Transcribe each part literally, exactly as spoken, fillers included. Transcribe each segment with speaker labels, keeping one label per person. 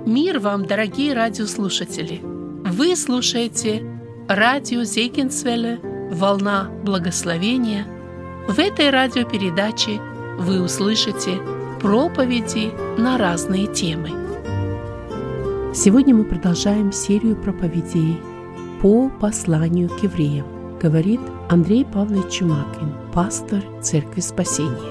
Speaker 1: Мир вам, дорогие радиослушатели! Вы слушаете радио Зегенсвелле «Волна благословения». В этой радиопередаче вы услышите проповеди на разные темы. Сегодня мы продолжаем серию проповедей по посланию к евреям, говорит Андрей Павлович Чумакин, пастор Церкви Спасения.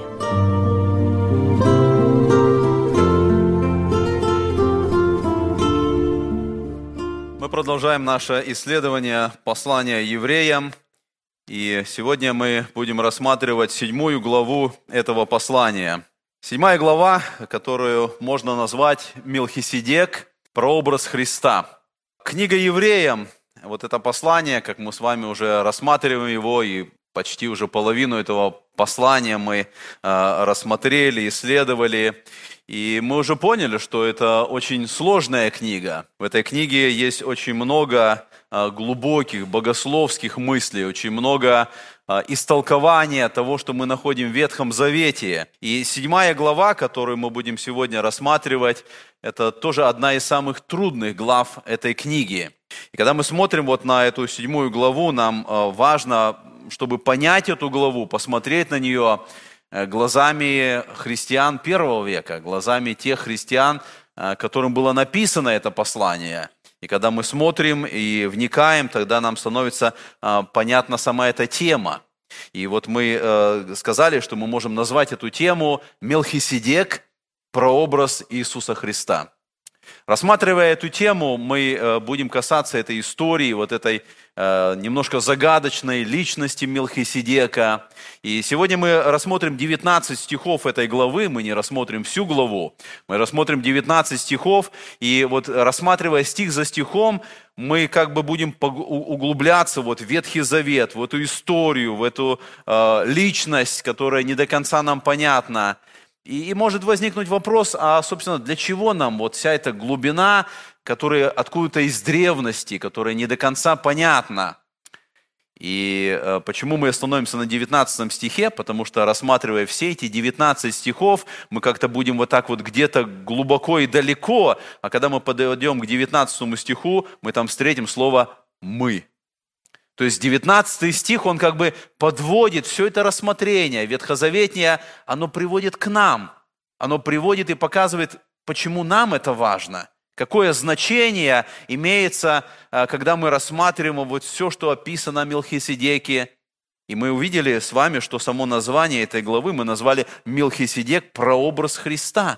Speaker 2: Мы продолжаем наше исследование послания евреям, и сегодня мы будем рассматривать седьмую главу этого послания. Седьмая глава, которую можно назвать Мелхиседек, прообраз Христа. Книга евреям, вот это послание, как мы с вами уже рассматриваем его, и почти уже половину этого послания мы э, рассмотрели, исследовали. И мы уже поняли, что это очень сложная книга. В этой книге есть очень много глубоких богословских мыслей, очень много истолкования того, что мы находим в Ветхом Завете. И седьмая глава, которую мы будем сегодня рассматривать, это тоже одна из самых трудных глав этой книги. И когда мы смотрим вот на эту седьмую главу, нам важно, чтобы понять эту главу, посмотреть на нее глазами христиан первого века, глазами тех христиан, которым было написано это послание. И когда мы смотрим и вникаем, тогда нам становится понятна сама эта тема. И вот мы сказали, что мы можем назвать эту тему «Мелхиседек. Прообраз Иисуса Христа». Рассматривая эту тему, мы будем касаться этой истории, вот этой немножко загадочной личности Мелхиседека. И сегодня мы рассмотрим девятнадцать стихов этой главы, мы не рассмотрим всю главу, мы рассмотрим девятнадцать стихов, и вот рассматривая стих за стихом, мы как бы будем углубляться вот в Ветхий Завет, в эту историю, в эту э, личность, которая не до конца нам понятна. И, и может возникнуть вопрос, а, собственно, для чего нам вот вся эта глубина, которая откуда-то из древности, которая не до конца понятна. И э, почему мы остановимся на девятнадцатом стихе? Потому что, рассматривая все эти девятнадцать стихов, мы как-то будем вот так вот где-то глубоко и далеко, а когда мы подойдем к девятнадцатому стиху, мы там встретим слово «мы». То есть девятнадцатый стих, он как бы подводит все это рассмотрение ветхозаветное, оно приводит к нам, оно приводит и показывает, почему нам это важно, какое значение имеется, когда мы рассматриваем вот все, что описано о Мелхиседеке. И мы увидели с вами, что само название этой главы мы назвали «Мелхиседек. Прообраз Христа».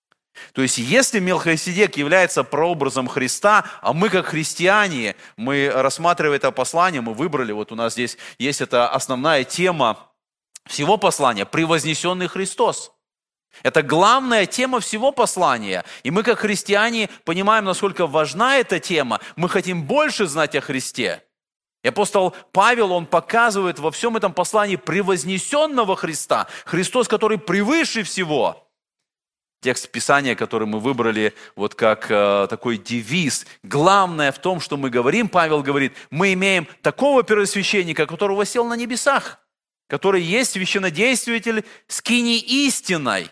Speaker 2: То есть, если Мелхиседек является прообразом Христа, а мы, как христиане, мы, рассматривая это послание, мы выбрали, вот у нас здесь есть эта основная тема всего послания – «Превознесенный Христос». Это главная тема всего послания. И мы, как христиане, понимаем, насколько важна эта тема. Мы хотим больше знать о Христе. И апостол Павел, он показывает во всем этом послании превознесенного Христа. Христос, который превыше всего. Текст Писания, который мы выбрали вот как э, такой девиз. Главное в том, что мы говорим, Павел говорит, мы имеем такого первосвященника, который воссел на небесах, который есть священнодействитель скинии истинной.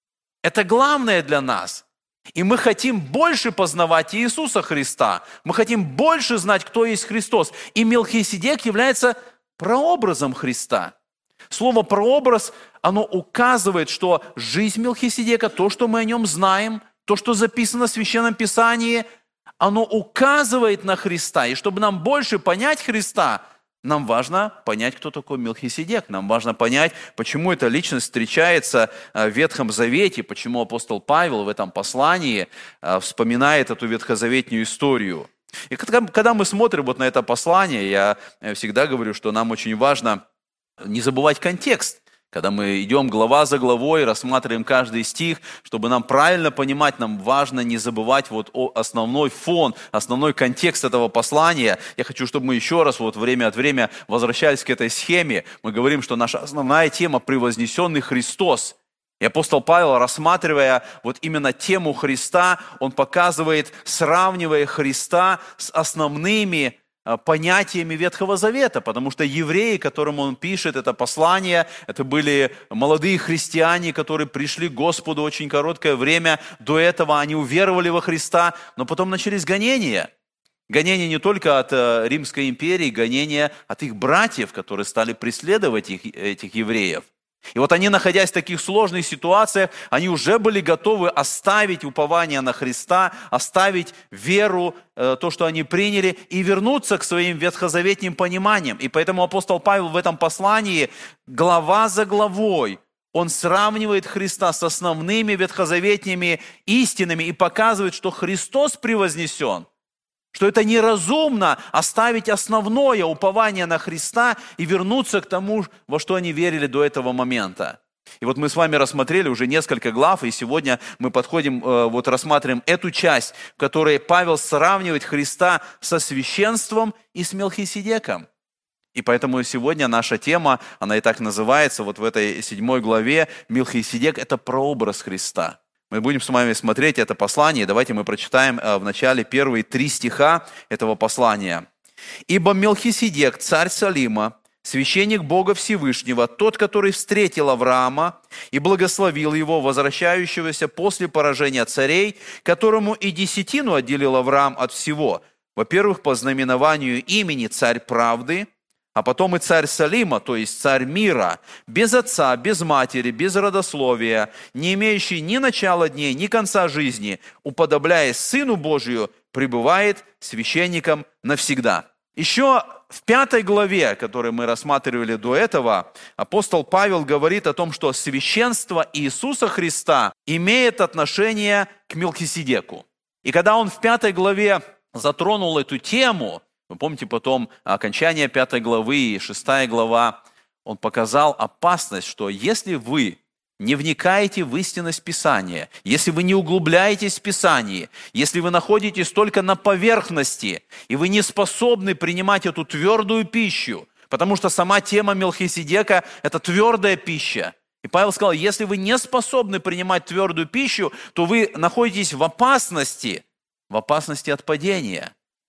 Speaker 2: Это главное для нас. И мы хотим больше познавать Иисуса Христа. Мы хотим больше знать, кто есть Христос. И Мелхиседек является прообразом Христа. Слово «прообраз», оно указывает, что жизнь Мелхиседека, то, что мы о нем знаем, то, что записано в Священном Писании, оно указывает на Христа. И чтобы нам больше понять Христа, нам важно понять, кто такой Мелхиседек. Нам важно понять, почему эта личность встречается в Ветхом Завете, почему апостол Павел в этом послании вспоминает эту ветхозаветную историю. И когда мы смотрим вот на это послание, я всегда говорю, что нам очень важно не забывать контекст. Когда мы идем глава за главой, рассматриваем каждый стих, чтобы нам правильно понимать, нам важно не забывать вот основной фон, основной контекст этого послания. Я хочу, чтобы мы еще раз вот время от времени возвращались к этой схеме. Мы говорим, что наша основная тема – превознесенный Христос. И апостол Павел, рассматривая вот именно тему Христа, он показывает, сравнивая Христа с основными понятиями Ветхого Завета, потому что евреи, которым он пишет это послание, это были молодые христиане, которые пришли к Господу очень короткое время. До этого они уверовали во Христа, но потом начались гонения. Гонения не только от Римской империи, гонения от их братьев, которые стали преследовать их, этих евреев. И вот они, находясь в таких сложных ситуациях, они уже были готовы оставить упование на Христа, оставить веру, то, что они приняли, и вернуться к своим ветхозаветным пониманиям. И поэтому апостол Павел в этом послании, глава за главой, он сравнивает Христа с основными ветхозаветными истинами и показывает, что Христос превознесен, что это неразумно оставить основное упование на Христа и вернуться к тому, во что они верили до этого момента. И вот мы с вами рассмотрели уже несколько глав, и сегодня мы подходим, вот рассматриваем эту часть, в которой Павел сравнивает Христа со священством и с Мелхиседеком. И поэтому сегодня наша тема, она и так называется, вот в этой седьмой главе, Мелхиседек – это прообраз Христа. Мы будем с вами смотреть это послание. Давайте мы прочитаем в начале первые три стиха этого послания. «Ибо Мелхиседек, царь Салима, священник Бога Всевышнего, тот, который встретил Авраама и благословил его, возвращающегося после поражения царей, которому и десятину отделил Авраам от всего. Во-первых, по знаменованию имени царь правды, а потом и царь Салима, то есть царь мира, без отца, без матери, без родословия, не имеющий ни начала дней, ни конца жизни, уподобляясь Сыну Божию, пребывает священником навсегда». Еще в пятой главе, которую мы рассматривали до этого, апостол Павел говорит о том, что священство Иисуса Христа имеет отношение к Мелхиседеку. И когда он в пятой главе затронул эту тему, вы помните потом окончание пятой главы и шестая глава, он показал опасность, что если вы не вникаете в истинность Писания, если вы не углубляетесь в Писании, если вы находитесь только на поверхности, и вы не способны принимать эту твердую пищу, потому что сама тема Мелхиседека – это твердая пища. И Павел сказал, если вы не способны принимать твердую пищу, то вы находитесь в опасности, в опасности от падения.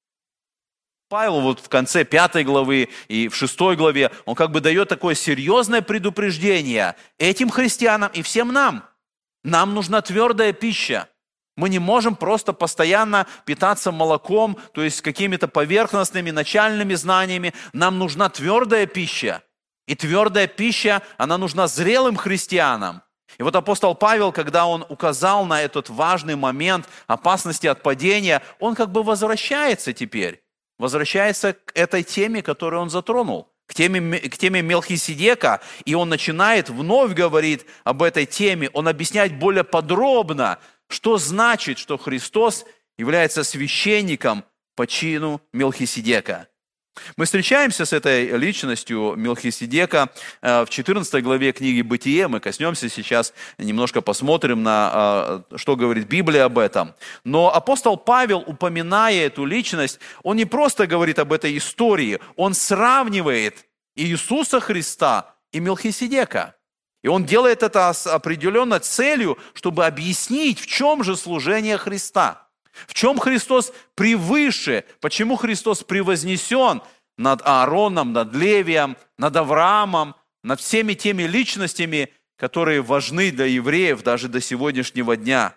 Speaker 2: Павел вот в конце пятой главы и в шестой главе, он как бы дает такое серьезное предупреждение этим христианам и всем нам. Нам нужна твердая пища. Мы не можем просто постоянно питаться молоком, то есть какими-то поверхностными, начальными знаниями. Нам нужна твердая пища. И твердая пища, она нужна зрелым христианам. И вот апостол Павел, когда он указал на этот важный момент опасности от падения, он как бы возвращается теперь. Возвращается к этой теме, которую он затронул, к теме, к теме Мелхиседека, и он начинает вновь говорить об этой теме, он объясняет более подробно, что значит, что Христос является священником по чину Мелхиседека. Мы встречаемся с этой личностью Мелхиседека в четырнадцатой главе книги «Бытие». Мы коснемся сейчас, немножко посмотрим на, что говорит Библия об этом. Но апостол Павел, упоминая эту личность, он не просто говорит об этой истории, он сравнивает Иисуса Христа и Мелхиседека. И он делает это с определенной целью, чтобы объяснить, в чем же служение Христа. В чем Христос превыше? Почему Христос превознесен над Аароном, над Левием, над Авраамом, над всеми теми личностями, которые важны для евреев даже до сегодняшнего дня?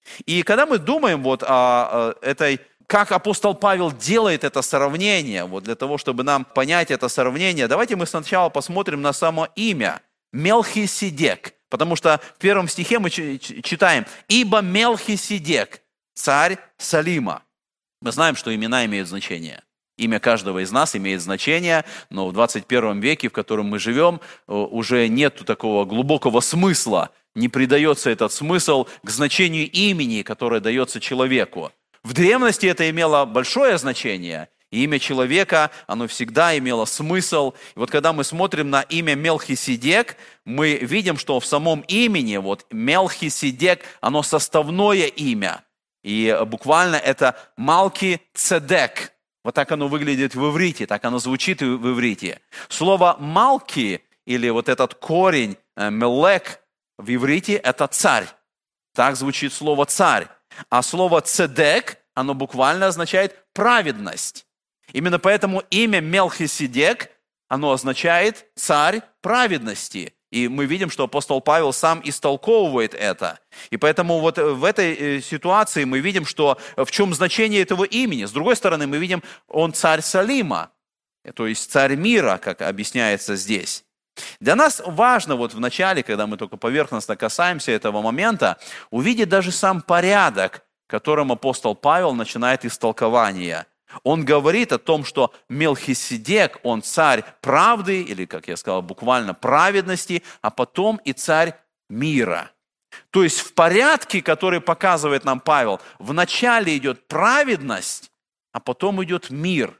Speaker 2: И когда мы думаем вот о этой, как апостол Павел делает это сравнение, вот для того, чтобы нам понять это сравнение, давайте мы сначала посмотрим на само имя Мелхиседек, потому что в первом стихе мы читаем «Ибо Мелхиседек, царь Салима». Мы знаем, что имена имеют значение. Имя каждого из нас имеет значение, но в двадцать первом веке, в котором мы живем, уже нет такого глубокого смысла. Не придается этот смысл к значению имени, которое дается человеку. В древности это имело большое значение. И имя человека, оно всегда имело смысл. И вот когда мы смотрим на имя Мелхиседек, мы видим, что в самом имени, вот Мелхиседек, оно составное имя. И буквально это Малки-Цедек. Вот так оно выглядит в иврите, так оно звучит в иврите. Слово Малки, или вот этот корень Мелек в иврите, это царь. Так звучит слово царь. А слово Цедек, оно буквально означает праведность. Именно поэтому имя Мелхиседек, оно означает «царь праведности». И мы видим, что апостол Павел сам истолковывает это. И поэтому вот в этой ситуации мы видим, что в чем значение этого имени. С другой стороны, мы видим, он царь Салима, то есть царь мира, как объясняется здесь. Для нас важно вот в начале, когда мы только поверхностно касаемся этого момента, увидеть даже сам порядок, которым апостол Павел начинает истолкование. Он говорит о том, что Мелхиседек, он царь правды, или, как я сказал, буквально праведности, а потом и царь мира. То есть в порядке, который показывает нам Павел, вначале идет праведность, а потом идет мир.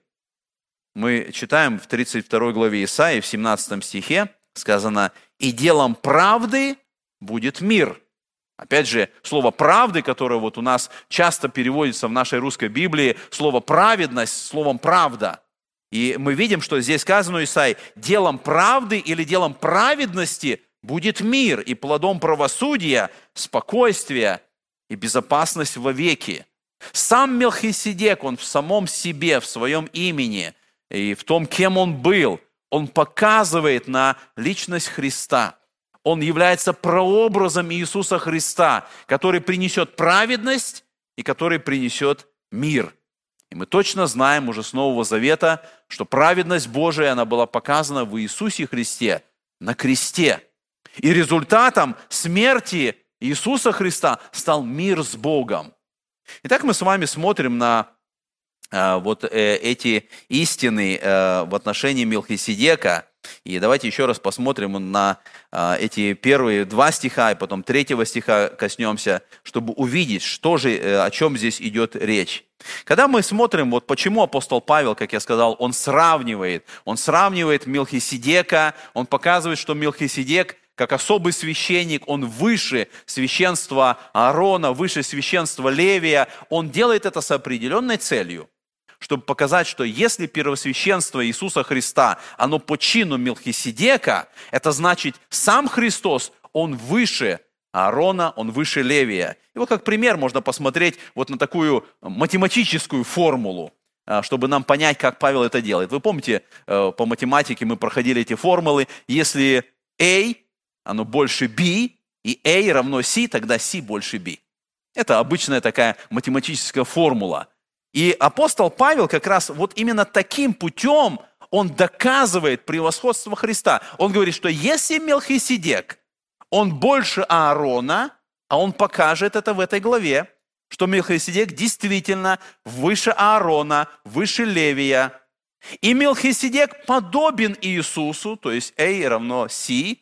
Speaker 2: Мы читаем в тридцать второй главе Исаии, в семнадцатом стихе, сказано: «И делом правды будет мир». Опять же, слово «правды», которое вот у нас часто переводится в нашей русской Библии, слово «праведность» словом «правда». И мы видим, что здесь сказано у Исаии: «Делом правды или делом праведности будет мир, и плодом правосудия спокойствие и безопасность вовеки». Сам Мелхиседек, он в самом себе, в своем имени и в том, кем он был, он показывает на личность Христа. Он является прообразом Иисуса Христа, который принесет праведность и который принесет мир. И мы точно знаем уже с Нового Завета, что праведность Божия, она была показана в Иисусе Христе на кресте. И результатом смерти Иисуса Христа стал мир с Богом. Итак, мы с вами смотрим на э, вот э, эти истины э, в отношении Мелхиседека. И давайте еще раз посмотрим на э, эти первые два стиха, и потом третьего стиха коснемся, чтобы увидеть, что же, э, о чем здесь идет речь. Когда мы смотрим, вот почему апостол Павел, как я сказал, он сравнивает, он сравнивает Мелхиседека, он показывает, что Мелхиседек, как особый священник, он выше священства Аарона, выше священства Левия, он делает это с определенной целью, чтобы показать, что если первосвященство Иисуса Христа, оно по чину Мелхиседека, это значит, сам Христос, он выше Аарона, он выше Левия. И вот как пример можно посмотреть вот на такую математическую формулу, чтобы нам понять, как Павел это делает. Вы помните, по математике мы проходили эти формулы. Если A, оно больше B, и A равно C, тогда C больше B. Это обычная такая математическая формула. И апостол Павел как раз вот именно таким путем он доказывает превосходство Христа. Он говорит, что если Мелхиседек, он больше Аарона, а он покажет это в этой главе, что Мелхиседек действительно выше Аарона, выше Левия. И Мелхиседек подобен Иисусу, то есть A равно C,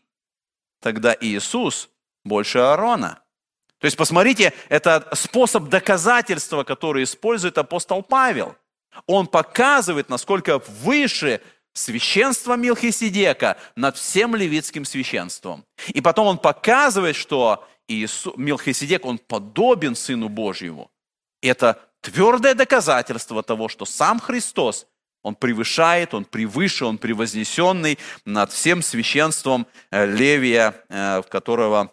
Speaker 2: тогда Иисус больше Аарона. То есть, посмотрите, это способ доказательства, который использует апостол Павел. Он показывает, насколько выше священство Мелхиседека над всем левитским священством. И потом он показывает, что Иисус, Мелхиседек, он подобен Сыну Божьему. И это твердое доказательство того, что сам Христос, он превышает, он превыше, он превознесенный над всем священством Левия, в которого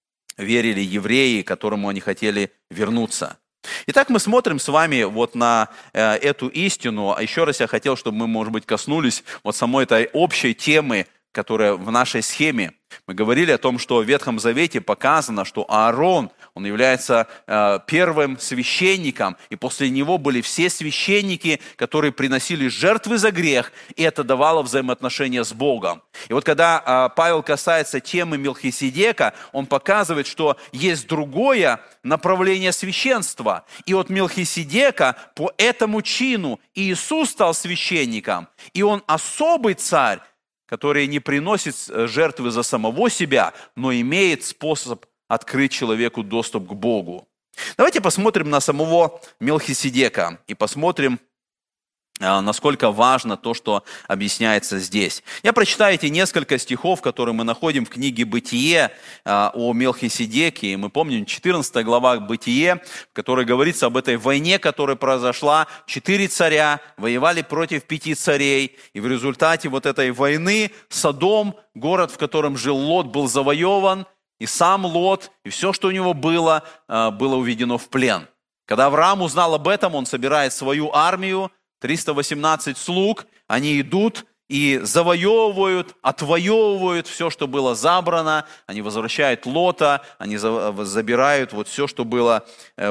Speaker 2: верили евреи, к которому они хотели вернуться. Итак, мы смотрим с вами вот на э, эту истину. А еще раз я хотел, чтобы мы, может быть, коснулись вот самой этой общей темы, которая в нашей схеме. Мы говорили о том, что в Ветхом Завете показано, что Аарон, он является э, первым священником, и после него были все священники, которые приносили жертвы за грех, и это давало взаимоотношения с Богом. И вот когда э, Павел касается темы Мелхиседека, он показывает, что есть другое направление священства. И от Мелхиседека по этому чину Иисус стал священником, и он особый царь, который не приносит жертвы за самого себя, но имеет способ открыть человеку доступ к Богу. Давайте посмотрим на самого Мелхиседека и посмотрим, насколько важно то, что объясняется здесь. Я прочитаю эти несколько стихов, которые мы находим в книге «Бытие» о Мелхиседеке. И мы помним четырнадцатая глава «Бытие», в которой говорится об этой войне, которая произошла. Четыре царя воевали против пяти царей. И в результате вот этой войны Содом, город, в котором жил Лот, был завоеван. И сам Лот, и все, что у него было, было уведено в плен. Когда Авраам узнал об этом, он собирает свою армию, триста восемнадцать слуг, они идут и завоевывают, отвоевывают все, что было забрано, они возвращают Лота, они забирают вот все, что было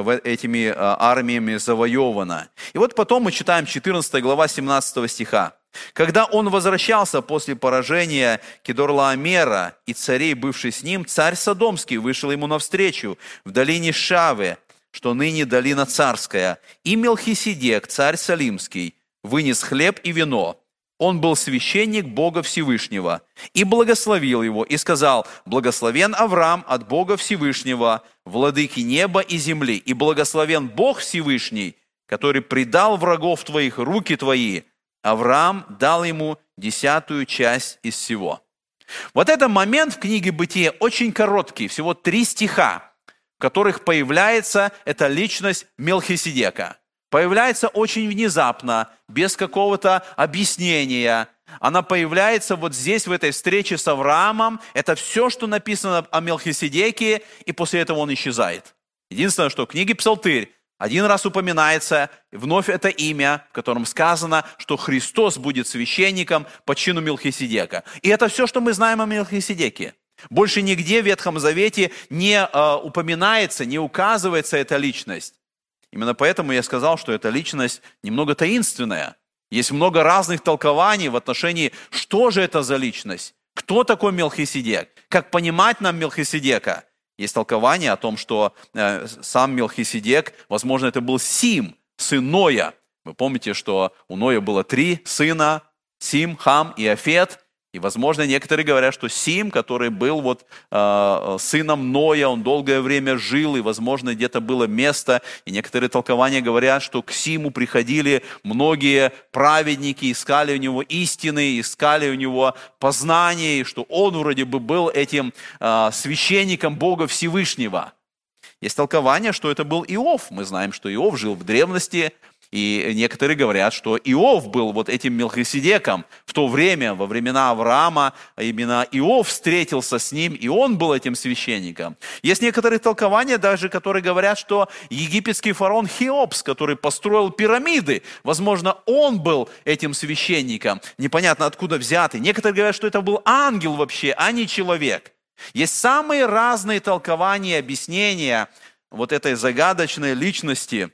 Speaker 2: этими армиями завоевано. И вот потом мы читаем четырнадцатая глава семнадцатого стиха. «Когда он возвращался после поражения Кедорлаомера и царей, бывших с ним, царь Содомский вышел ему навстречу в долине Шаве, что ныне долина царская, и Мелхиседек, царь Салимский, вынес хлеб и вино. Он был священник Бога Всевышнего, и благословил его, и сказал: благословен Авраам от Бога Всевышнего, владыки неба и земли, и благословен Бог Всевышний, который предал врагов твоих руки твои. Авраам дал ему десятую часть из всего». Вот этот момент в книге Бытия очень короткий, всего три стиха, в которых появляется эта личность Мелхиседека. Появляется очень внезапно, без какого-то объяснения. Она появляется вот здесь, в этой встрече с Авраамом. Это все, что написано о Мелхиседеке, и после этого он исчезает. Единственное, что в книге Псалтырь один раз упоминается вновь это имя, в котором сказано, что Христос будет священником по чину Мелхиседека. И это все, что мы знаем о Мелхиседеке. Больше нигде в Ветхом Завете не э, упоминается, не указывается эта личность. Именно поэтому я сказал, что эта личность немного таинственная. Есть много разных толкований в отношении, что же это за личность, кто такой Мелхиседек, как понимать нам Мелхиседека. Есть толкование о том, что э, сам Мелхиседек, возможно, это был Сим, сын Ноя. Вы помните, что у Ноя было три сына, Сим, Хам и Афет. И, возможно, некоторые говорят, что Сим, который был вот, э, сыном Ноя, он долгое время жил, и, возможно, где-то было место. И некоторые толкования говорят, что к Симу приходили многие праведники, искали у него истины, искали у него познания, и что он вроде бы был этим э, священником Бога Всевышнего. Есть толкование, что это был Иов. Мы знаем, что Иов жил в древности. И некоторые говорят, что Иов был вот этим Мелхиседеком в то время, во времена Авраама, именно Иов встретился с ним, и он был этим священником. Есть некоторые толкования даже, которые говорят, что египетский фараон Хеопс, который построил пирамиды, возможно, он был этим священником, непонятно откуда взятый. Некоторые говорят, что это был ангел вообще, а не человек. Есть самые разные толкования, объяснения вот этой загадочной личности.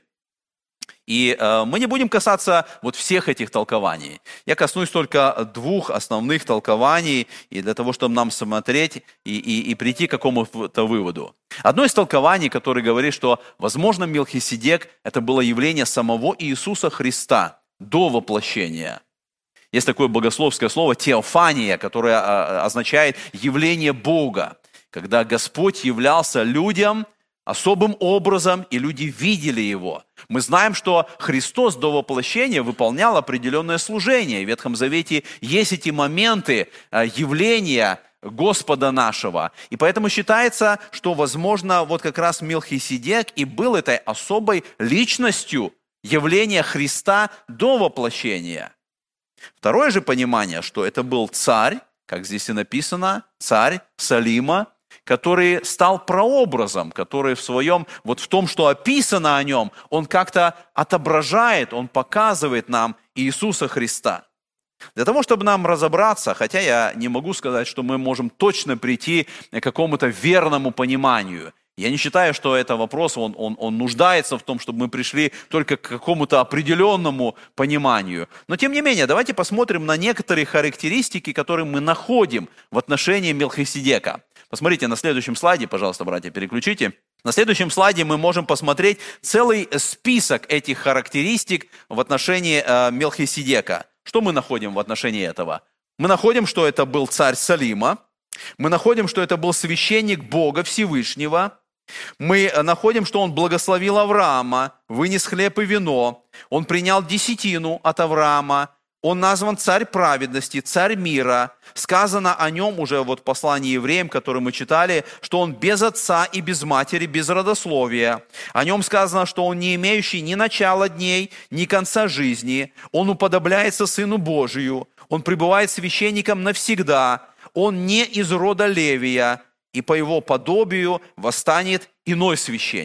Speaker 2: И э, мы не будем касаться вот всех этих толкований. Я коснусь только двух основных толкований, и для того, чтобы нам смотреть и, и, и прийти к какому-то выводу. Одно из толкований, которое говорит, что, возможно, Мелхиседек – это было явление самого Иисуса Христа до воплощения. Есть такое богословское слово «теофания», которое означает «явление Бога», когда Господь являлся людям особым образом, и люди видели Его. Мы знаем, что Христос до воплощения выполнял определенное служение. В Ветхом Завете есть эти моменты явления Господа нашего. И поэтому считается, что, возможно, вот как раз Мелхиседек и был этой особой личностью явления Христа до воплощения. Второе же понимание, что это был царь, как здесь и написано, царь Салима, который стал прообразом, который в своем, вот в том, что описано о нем, он как-то отображает, он показывает нам Иисуса Христа. Для того, чтобы нам разобраться, хотя я не могу сказать, что мы можем точно прийти к какому-то верному пониманию. Я не считаю, что это вопрос, он, он, он нуждается в том, чтобы мы пришли только к какому-то определенному пониманию. Но тем не менее, давайте посмотрим на некоторые характеристики, которые мы находим в отношении Мелхиседека. Посмотрите на следующем слайде, пожалуйста, братья, переключите. На следующем слайде мы можем посмотреть целый список этих характеристик в отношении э, Мелхиседека. Что мы находим в отношении этого? Мы находим, что это был царь Салима. Мы находим, что это был священник Бога Всевышнего. Мы находим, что он благословил Авраама, вынес хлеб и вино. Он принял десятину от Авраама. Он назван царь праведности, царь мира. Сказано о нем уже вот в послании евреям, которое мы читали, что он без отца и без матери, без родословия. О нем сказано, что он не имеющий ни начала дней, ни конца жизни. Он уподобляется Сыну Божию. Он пребывает священником навсегда. Он не из рода Левия, и по его подобию восстанет иной священник.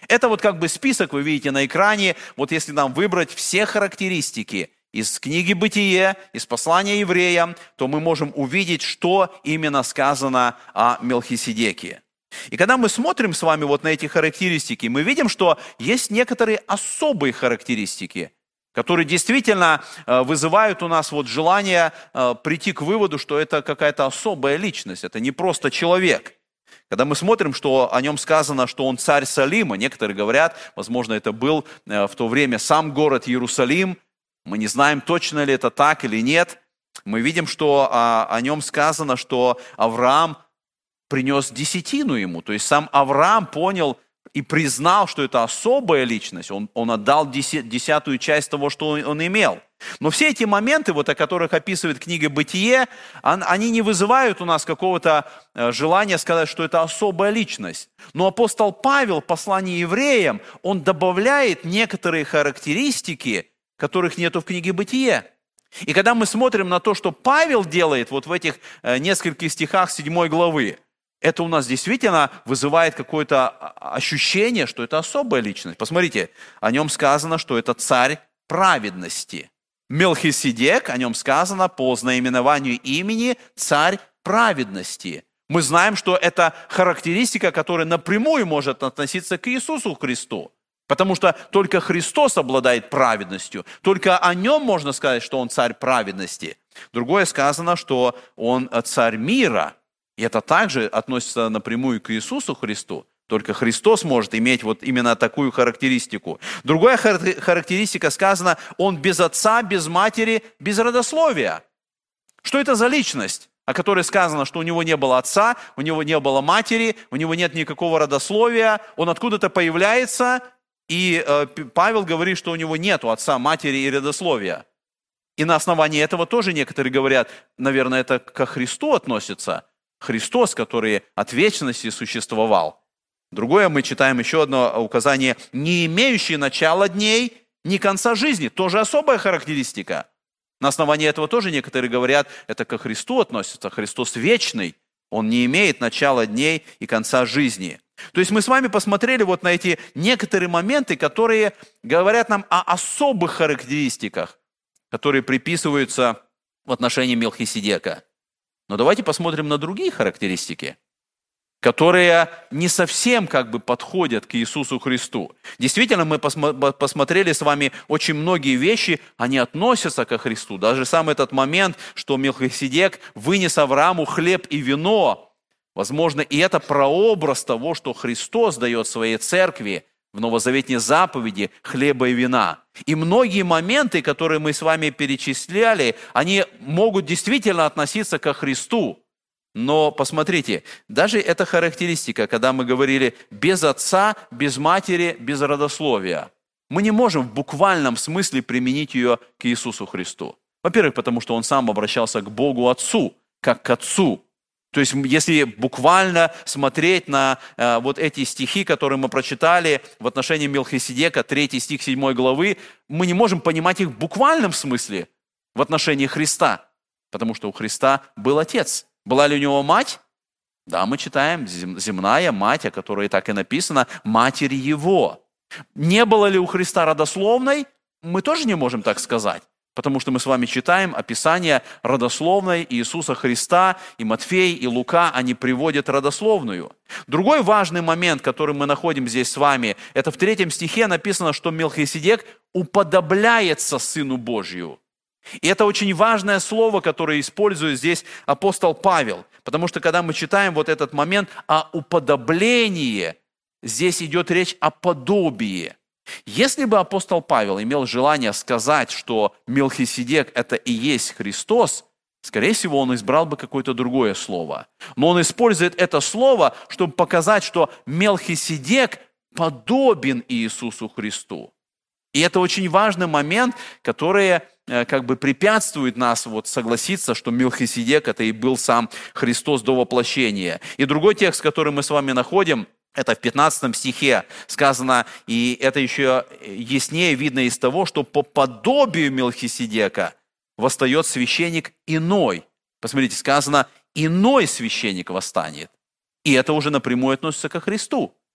Speaker 2: Это вот как бы список, вы видите на экране. Вот если нам выбрать все характеристики из книги «Бытие», из послания евреям, то мы можем увидеть, что именно сказано о Мелхиседеке. И когда мы смотрим с вами вот на эти характеристики, мы видим, что есть некоторые особые характеристики, которые действительно вызывают у нас вот желание прийти к выводу, что это какая-то особая личность, это не просто человек. Когда мы смотрим, что о нем сказано, что он царь Салима, некоторые говорят, возможно, это был в то время сам город Иерусалим, мы не знаем, точно ли это так или нет. Мы видим, что о, о нем сказано, что Авраам принес десятину ему, то есть сам Авраам понял и признал, что это особая личность, он, он отдал десятую часть того, что он, он имел. Но все эти моменты, вот, о которых описывает книга «Бытие», они не вызывают у нас какого-то желания сказать, что это особая личность. Но апостол Павел в послании евреям, он добавляет некоторые характеристики, которых нету в книге «Бытие». И когда мы смотрим на то, что Павел делает вот в этих нескольких стихах седьмой главы, это у нас действительно вызывает какое-то ощущение, что это особая личность. Посмотрите, о нем сказано, что это царь праведности. Мелхиседек, о нем сказано по знаменованию имени царь праведности. Мы знаем, что это характеристика, которая напрямую может относиться к Иисусу Христу. Потому что только Христос обладает праведностью. Только о нем можно сказать, что он царь праведности. Другое сказано, что он царь мира. И это также относится напрямую к Иисусу Христу. Только Христос может иметь вот именно такую характеристику. Другая характеристика сказана, он без отца, без матери, без родословия. Что это за личность, о которой сказано, что у него не было отца, у него не было матери, у него нет никакого родословия, он откуда-то появляется, и э, Павел говорит, что у него нет отца, матери и родословия. И на основании этого тоже некоторые говорят, наверное, это ко Христу относится. Христос, который от вечности существовал. Другое, мы читаем еще одно указание, не имеющий начала дней, ни конца жизни. Тоже особая характеристика. На основании этого тоже некоторые говорят, это ко Христу относится. Христос вечный, он не имеет начала дней и конца жизни. То есть мы с вами посмотрели вот на эти некоторые моменты, которые говорят нам о особых характеристиках, которые приписываются в отношении Мелхиседека. Но давайте посмотрим на другие характеристики, которые не совсем как бы подходят к Иисусу Христу. Действительно, мы посмотрели с вами очень многие вещи, они относятся ко Христу. Даже сам этот момент, что Мелхиседек вынес Аврааму хлеб и вино, возможно, и это прообраз того, что Христос дает своей церкви в новозаветной заповеди хлеба и вина. И многие моменты, которые мы с вами перечисляли, они могут действительно относиться ко Христу. Но посмотрите, даже эта характеристика, когда мы говорили без отца, без матери, без родословия, мы не можем в буквальном смысле применить ее к Иисусу Христу. Во-первых, потому что он сам обращался к Богу Отцу, как к Отцу. То есть, если буквально смотреть на э, вот эти стихи, которые мы прочитали в отношении Мелхиседека, третий стих седьмой главы, мы не можем понимать их в буквальном смысле в отношении Христа, потому что у Христа был Отец. Была ли у него мать? Да, мы читаем, земная мать, о которой и так и написано, матери его. Не было ли у Христа родословной? Мы тоже не можем так сказать. Потому что мы с вами читаем описание родословной Иисуса Христа, и Матфей, и Лука, они приводят родословную. Другой важный момент, который мы находим здесь с вами, это в третьем стихе написано, что Мелхиседек уподобляется Сыну Божию. И это очень важное слово, которое использует здесь апостол Павел. Потому что когда мы читаем вот этот момент о уподоблении, здесь идет речь о подобии. Если бы апостол Павел имел желание сказать, что Мелхиседек – это и есть Христос, скорее всего, он избрал бы какое-то другое слово. Но он использует это слово, чтобы показать, что Мелхиседек подобен Иисусу Христу. И это очень важный момент, который как бы препятствует нас вот согласиться, что Мелхиседек – это и был сам Христос до воплощения. И другой текст, который мы с вами находим, это в пятнадцатом стихе сказано, и это еще яснее видно из того, что по подобию Мелхиседека восстает священник иной. Посмотрите, сказано, иной священник восстанет. И это уже напрямую относится ко Христу.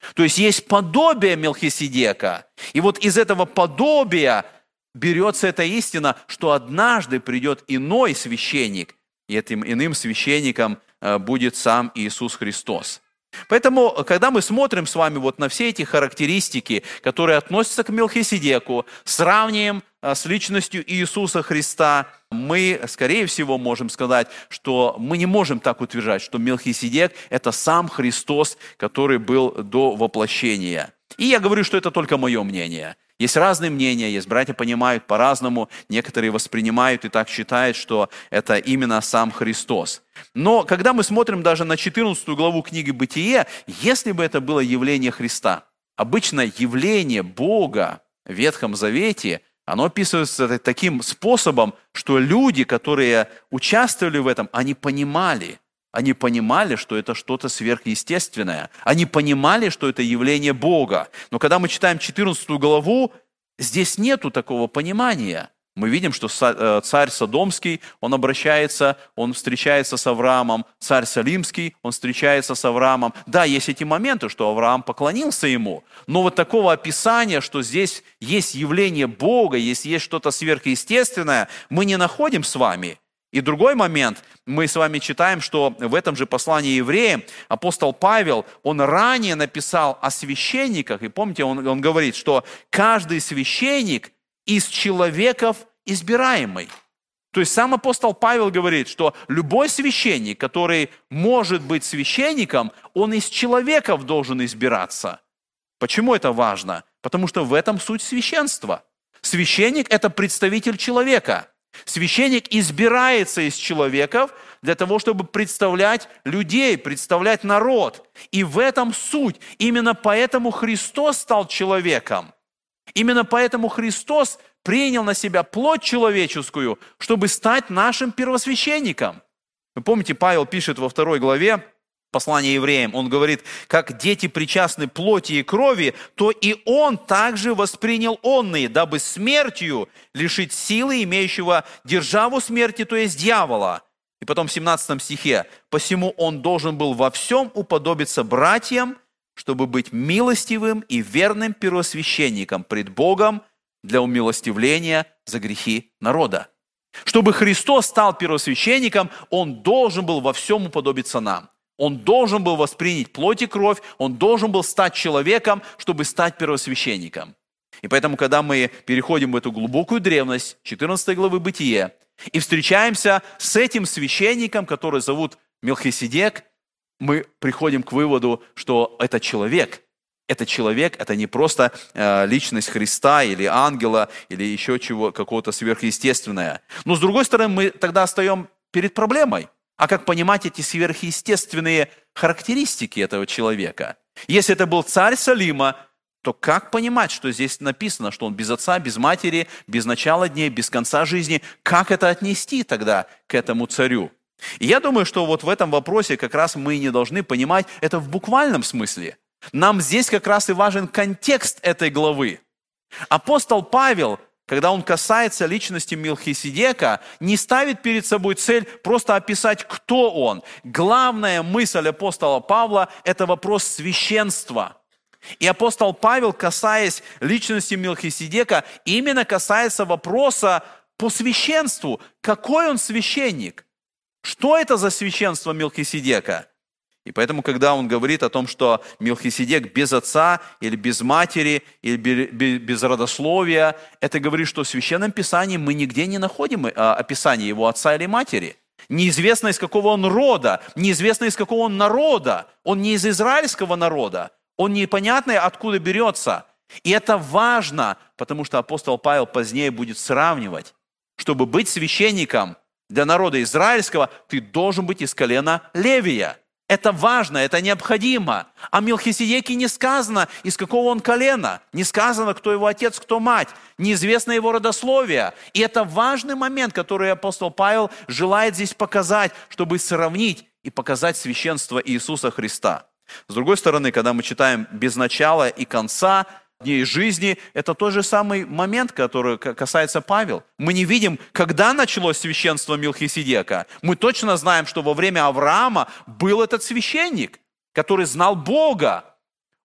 Speaker 2: То есть есть подобие Мелхиседека. И вот из этого подобия берется эта истина, что однажды придет иной священник, и этим иным священником будет сам Иисус Христос. Поэтому, когда мы смотрим с вами вот на все эти характеристики, которые относятся к Мелхиседеку, сравниваем с личностью Иисуса Христа, мы, скорее всего, можем сказать, что мы не можем так утверждать, что Мелхиседек – это сам Христос, который был до воплощения. И я говорю, что это только мое мнение. Есть разные мнения, есть братья понимают по-разному, некоторые воспринимают и так считают, что это именно сам Христос. Но когда мы смотрим даже на четырнадцатую главу книги «Бытие», если бы это было явление Христа, обычно явление Бога в Ветхом Завете, оно описывается таким способом, что люди, которые участвовали в этом, они понимали, Они понимали, что это что-то сверхъестественное. Они понимали, что это явление Бога. Но когда мы читаем четырнадцатую главу, здесь нету такого понимания. Мы видим, что царь Содомский, он обращается, он встречается с Авраамом. Царь Салимский, он встречается с Авраамом. Да, есть эти моменты, что Авраам поклонился ему. Но вот такого описания, что здесь есть явление Бога, есть, есть что-то сверхъестественное, мы не находим с вами. И другой момент, мы с вами читаем, что в этом же послании евреям апостол Павел, он ранее написал о священниках, и помните, он, он говорит, что каждый священник из человеков избираемый. То есть сам апостол Павел говорит, что любой священник, который может быть священником, он из человеков должен избираться. Почему это важно? Потому что в этом суть священства. Священник – это представитель человека. Священник избирается из человеков для того, чтобы представлять людей, представлять народ. И в этом суть. Именно поэтому Христос стал человеком. Именно поэтому Христос принял на себя плоть человеческую, чтобы стать нашим первосвященником. Вы помните, Павел пишет во второй главе послания евреям, он говорит, как дети причастны плоти и крови, то и он также воспринял онные, дабы смертью лишить силы имеющего державу смерти, то есть дьявола. И потом в семнадцатом стихе, посему он должен был во всем уподобиться братьям, чтобы быть милостивым и верным первосвященником пред Богом для умилостивления за грехи народа. Чтобы Христос стал первосвященником, он должен был во всем уподобиться нам. Он должен был воспринять плоть и кровь, он должен был стать человеком, чтобы стать первосвященником. И поэтому, когда мы переходим в эту глубокую древность, четырнадцатой главы Бытие, и встречаемся с этим священником, который зовут Мелхиседек, мы приходим к выводу, что это человек. Это человек, это не просто э, личность Христа или ангела, или еще чего, какого-то сверхъестественное. Но с другой стороны, мы тогда остаем перед проблемой. А как понимать эти сверхъестественные характеристики этого человека? Если это был царь Салима, то как понимать, что здесь написано, что он без отца, без матери, без начала дней, без конца жизни? Как это отнести тогда к этому царю? И я думаю, что вот в этом вопросе как раз мы не должны понимать это в буквальном смысле. Нам здесь как раз и важен контекст этой главы. Апостол Павел, когда он касается личности Мелхиседека, не ставит перед собой цель просто описать, кто он. Главная мысль апостола Павла – это вопрос священства. И апостол Павел, касаясь личности Мелхиседека, именно касается вопроса по священству. Какой он священник? Что это за священство Мелхиседека? И поэтому, когда он говорит о том, что Мелхиседек без отца, или без матери, или без родословия, это говорит, что в Священном Писании мы нигде не находим описание его отца или матери. Неизвестно, из какого он рода, неизвестно, из какого он народа. Он не из израильского народа, он непонятно, откуда берется. И это важно, потому что апостол Павел позднее будет сравнивать. Чтобы быть священником для народа израильского, ты должен быть из колена Левия. Это важно, это необходимо. О Мелхиседеке не сказано, из какого он колена. Не сказано, кто его отец, кто мать. Неизвестно его родословие. И это важный момент, который апостол Павел желает здесь показать, чтобы сравнить и показать священство Иисуса Христа. С другой стороны, когда мы читаем без начала и конца дней жизни, это тот же самый момент, который касается Павел. Мы не видим, когда началось священство Мелхиседека. Мы точно знаем, что во время Авраама был этот священник, который знал Бога.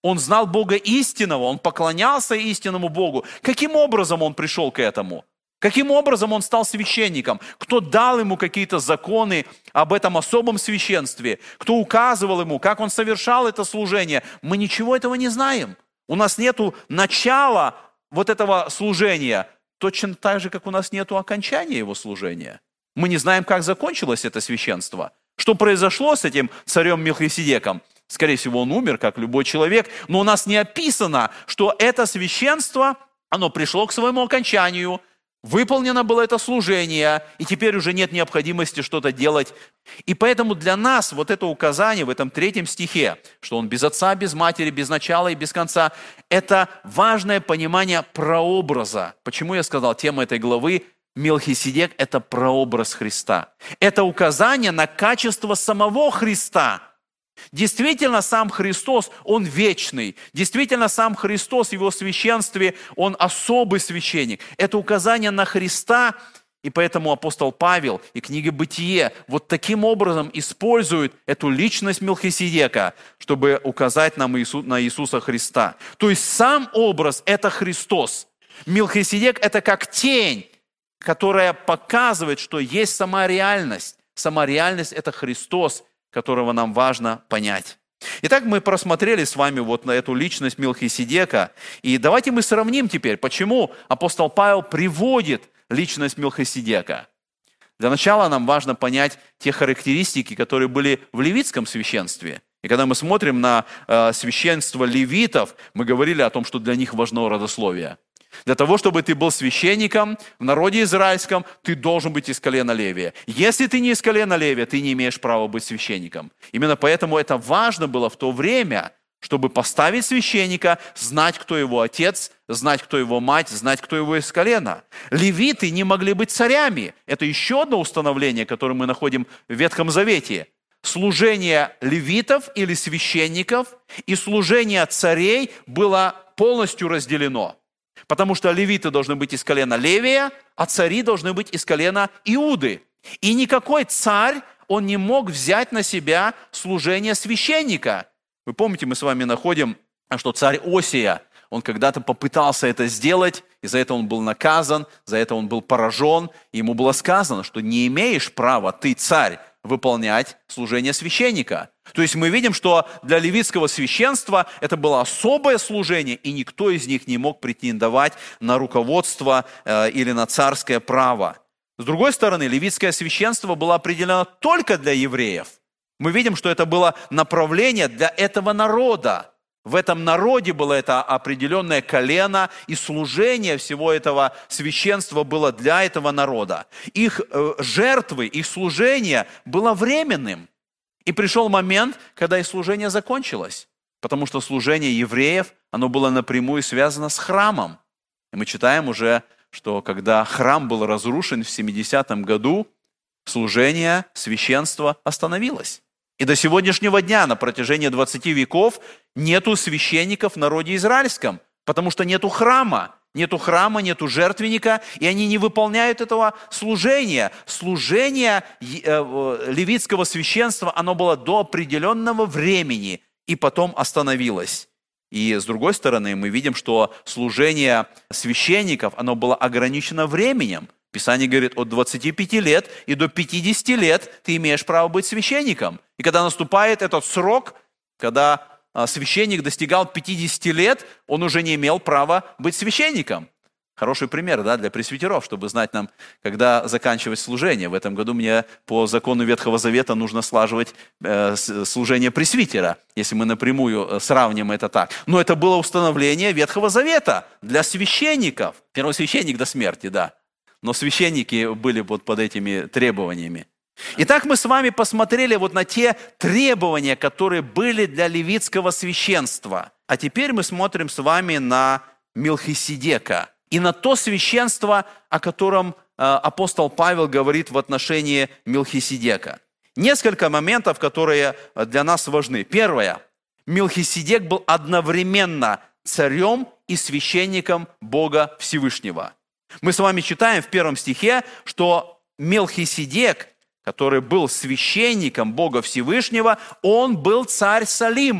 Speaker 2: Он знал Бога истинного, он поклонялся истинному Богу. Каким образом он пришел к этому? Каким образом он стал священником? Кто дал ему какие-то законы об этом особом священстве? Кто указывал ему, как он совершал это служение? Мы ничего этого не знаем. У нас нету начала вот этого служения, точно так же, как у нас нету окончания его служения. Мы не знаем, как закончилось это священство. Что произошло с этим царем Мелхиседеком? Скорее всего, он умер, как любой человек, но у нас не описано, что это священство, оно пришло к своему окончанию, выполнено было это служение, и теперь уже нет необходимости что-то делать. И поэтому для нас вот это указание в этом третьем стихе, что он без отца, без матери, без начала и без конца, это важное понимание прообраза. Почему я сказал, тема этой главы Мелхиседек – это прообраз Христа. Это указание на качество самого Христа. Действительно, сам Христос, Он вечный. Действительно, сам Христос в Его священстве, Он особый священник. Это указание на Христа, и поэтому апостол Павел и книга «Бытие» вот таким образом используют эту личность Мелхиседека, чтобы указать нам на Иисуса Христа. То есть сам образ – это Христос. Мелхиседек – это как тень, которая показывает, что есть сама реальность. Сама реальность – это Христос, которого нам важно понять. Итак, мы просмотрели с вами вот на эту личность Мелхиседека. И давайте мы сравним теперь, почему апостол Павел приводит личность Мелхиседека. Для начала нам важно понять те характеристики, которые были в левитском священстве. И когда мы смотрим на э, священство левитов, мы говорили о том, что для них важно родословие. Для того, чтобы ты был священником в народе израильском, ты должен быть из колена Левия. Если ты не из колена Левия, ты не имеешь права быть священником. Именно поэтому это важно было в то время, чтобы поставить священника, знать, кто его отец, знать, кто его мать, знать, кто его из колена. Левиты не могли быть царями. Это еще одно установление, которое мы находим в Ветхом Завете. Служение левитов или священников и служение царей было полностью разделено. Потому что левиты должны быть из колена Левия, а цари должны быть из колена Иуды. И никакой царь, он не мог взять на себя служение священника. Вы помните, мы с вами находим, что царь Осия, он когда-то попытался это сделать, и за это он был наказан, за это он был поражен. И ему было сказано, что не имеешь права, ты, царь, выполнять служение священника. То есть мы видим, что для левитского священства это было особое служение, и никто из них не мог претендовать на руководство э, или на царское право. С другой стороны, левитское священство было определено только для евреев. Мы видим, что это было направление для этого народа. В этом народе было это определенное колено, и служение всего этого священства было для этого народа. Их э, жертвы, их служение было временным. И пришел момент, когда их служение закончилось, потому что служение евреев, оно было напрямую связано с храмом. И мы читаем уже, что когда храм был разрушен в семидесятом году, служение священства остановилось. И до сегодняшнего дня, на протяжении двадцати веков, нету священников в народе израильском, потому что нету храма. Нету храма, нету жертвенника, и они не выполняют этого служения. Служение левитского священства, оно было до определенного времени, и потом остановилось. И с другой стороны, мы видим, что служение священников, оно было ограничено временем. Писание говорит, от двадцати пяти лет и до пятидесяти лет ты имеешь право быть священником. И когда наступает этот срок, когда священник достигал пятидесяти лет, он уже не имел права быть священником. Хороший пример, да, для пресвитеров, чтобы знать нам, когда заканчивать служение. В этом году мне по закону Ветхого Завета нужно слаживать э, служение пресвитера, если мы напрямую сравним это так. Но это было установление Ветхого Завета для священников. Первосвященник до смерти, да. Но священники были вот под этими требованиями. Итак, мы с вами посмотрели вот на те требования, которые были для левитского священства. А теперь мы смотрим с вами на Мелхиседека и на то священство, о котором апостол Павел говорит в отношении Мелхиседека. Несколько моментов, которые для нас важны. Первое. Мелхиседек был одновременно царем и священником Бога Всевышнего. Мы с вами читаем в первом стихе, что Мелхиседек, который был священником Бога Всевышнего, он был царь Салима.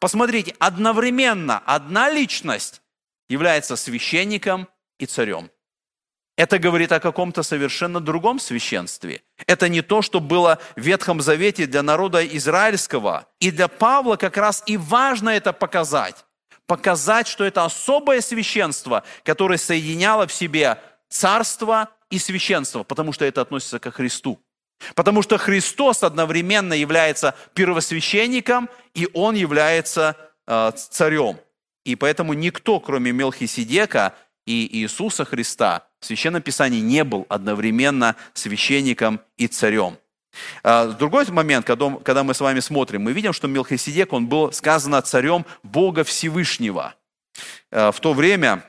Speaker 2: Посмотрите, одновременно одна личность является священником и царем. Это говорит о каком-то совершенно другом священстве. Это не то, что было в Ветхом Завете для народа израильского. И для Павла как раз и важно это показать. Показать, что это особое священство, которое соединяло в себе царство и священство, потому что это относится ко Христу. Потому что Христос одновременно является первосвященником, и Он является э, царем. И поэтому никто, кроме Мелхиседека и Иисуса Христа, в Священном Писании не был одновременно священником и царем. Э, другой момент, когда, когда мы с вами смотрим, мы видим, что Мелхиседек, он был, сказано, царем Бога Всевышнего. Э, в то время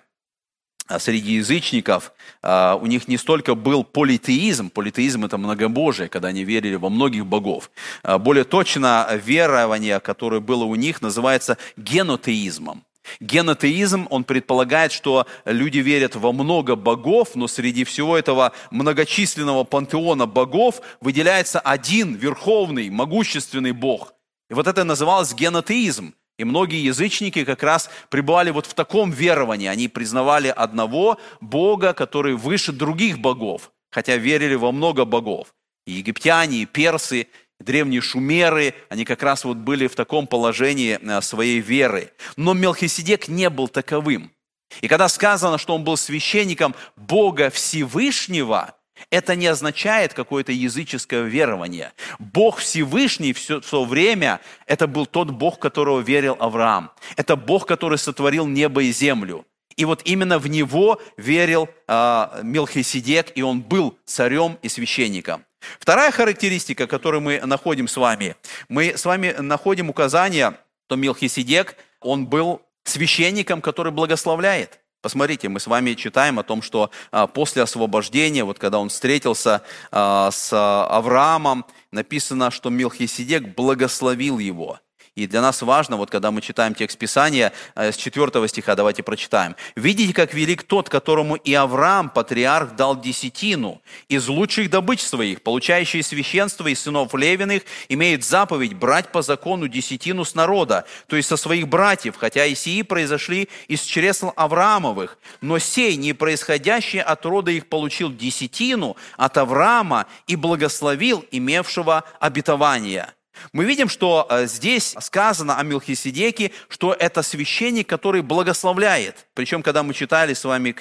Speaker 2: среди язычников у них не столько был политеизм, политеизм – это многобожие, когда они верили во многих богов. Более точно, верование, которое было у них, называется генотеизмом. Генотеизм, он предполагает, что люди верят во много богов, но среди всего этого многочисленного пантеона богов выделяется один верховный, могущественный бог. И вот это называлось генотеизм. И многие язычники как раз пребывали вот в таком веровании. Они признавали одного Бога, который выше других богов, хотя верили во много богов. И египтяне, и персы, и древние шумеры, они как раз вот были в таком положении своей веры. Но Мелхиседек не был таковым. И когда сказано, что он был священником Бога Всевышнего, это не означает какое-то языческое верование. Бог Всевышний все, все время, это был тот Бог, в которого верил Авраам. Это Бог, который сотворил небо и землю. И вот именно в Него верил э, Мелхиседек, и он был царем и священником. Вторая характеристика, которую мы находим с вами, мы с вами находим указание, что Мелхиседек, он был священником, который благословляет. Посмотрите, мы с вами читаем о том, что а, после освобождения, вот когда он встретился а, с Авраамом, написано, что Мелхиседек благословил его. И для нас важно, вот когда мы читаем текст Писания, с четвёртого стиха, давайте прочитаем. «Видите, как велик тот, которому и Авраам, патриарх, дал десятину из лучших добыч своих, получающий священство из сынов Левиных, имеет заповедь брать по закону десятину с народа, то есть со своих братьев, хотя и сии произошли из чресл Авраамовых, но сей, не происходящий от рода их, получил десятину от Авраама и благословил имевшего обетование». Мы видим, что здесь сказано о Мелхиседеке, что это священник, который благословляет. Причем, когда мы читали с вами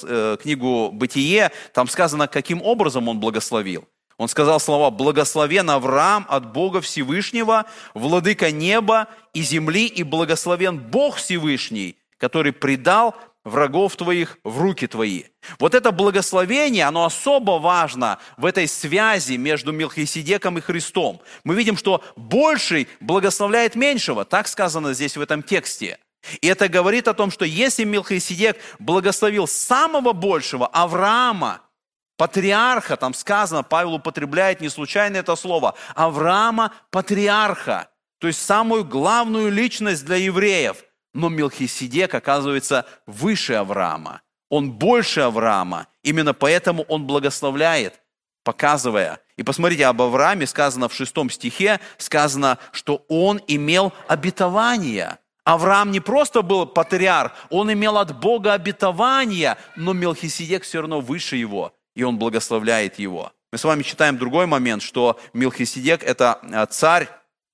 Speaker 2: книгу «Бытие», там сказано, каким образом он благословил. Он сказал слова «Благословен Авраам от Бога Всевышнего, владыка неба и земли, и благословен Бог Всевышний, который предал врагов твоих в руки твои». Вот это благословение, оно особо важно в этой связи между Мелхиседеком и Христом. Мы видим, что больший благословляет меньшего, так сказано здесь в этом тексте. И это говорит о том, что если Мелхиседек благословил самого большего, Авраама, патриарха, там сказано, Павел употребляет не случайно это слово, Авраама патриарха, то есть самую главную личность для евреев. Но Мелхиседек оказывается выше Авраама. Он больше Авраама. Именно поэтому он благословляет, показывая. И посмотрите, об Аврааме сказано в шестом стихе, сказано, что он имел обетование. Авраам не просто был патриарх, он имел от Бога обетование, но Мелхиседек все равно выше его, и он благословляет его. Мы с вами читаем другой момент, что Мелхиседек – это царь,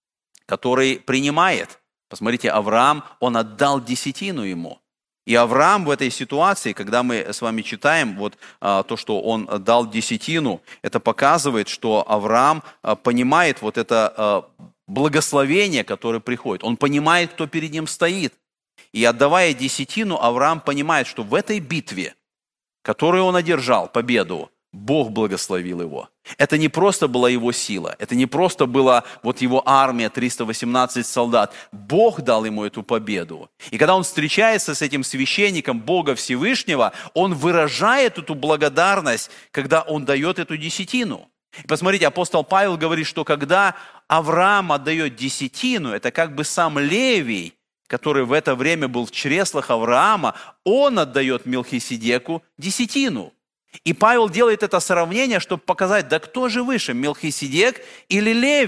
Speaker 2: который принимает. Посмотрите, Авраам, он отдал десятину ему. И Авраам в этой ситуации, когда мы с вами читаем вот а, то, что он дал десятину, это показывает, что Авраам а, понимает вот это а, благословение, которое приходит. Он понимает, кто перед ним стоит. И отдавая десятину, Авраам понимает, что в этой битве, которую он одержал, победу, Бог благословил его. Это не просто была его сила, это не просто была вот его армия, триста восемнадцать солдат. Бог дал ему эту победу. И когда он встречается с этим священником Бога Всевышнего, он выражает эту благодарность, когда он дает эту десятину. И посмотрите, апостол Павел говорит, что когда Авраам отдает десятину, это как бы сам Левий, который в это время был в чреслах Авраама, он отдает Мелхиседеку десятину. И Павел делает это сравнение, чтобы показать, да кто же выше, Мелхиседек или Левий?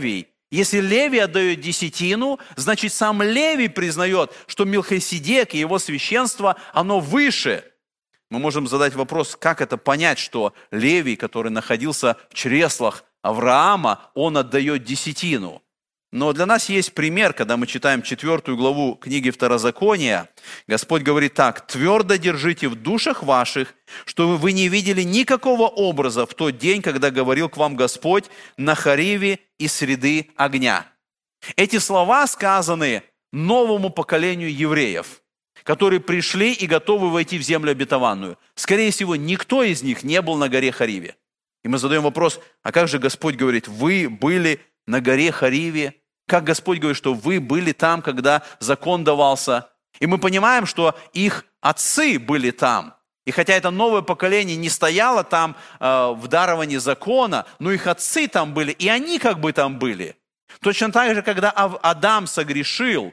Speaker 2: Если Левий отдает десятину, значит, сам Левий признает, что Мелхиседек и его священство, оно выше. Мы можем задать вопрос, как это понять, что Левий, который находился в чреслах Авраама, он отдает десятину. Но для нас есть пример, когда мы читаем четвертую главу книги Второзакония. Господь говорит так: «Твердо держите в душах ваших, чтобы вы не видели никакого образа в тот день, когда говорил к вам Господь на Хориве из среды огня». Эти слова сказаны новому поколению евреев, которые пришли и готовы войти в землю обетованную. Скорее всего, никто из них не был на горе Хориве. И мы задаем вопрос, а как же Господь говорит, вы были на горе Хориве? Как Господь говорит, что вы были там, когда закон давался? И мы понимаем, что их отцы были там. И хотя это новое поколение не стояло там э, в даровании закона, но их отцы там были, и они как бы там были. Точно так же, когда Адам согрешил,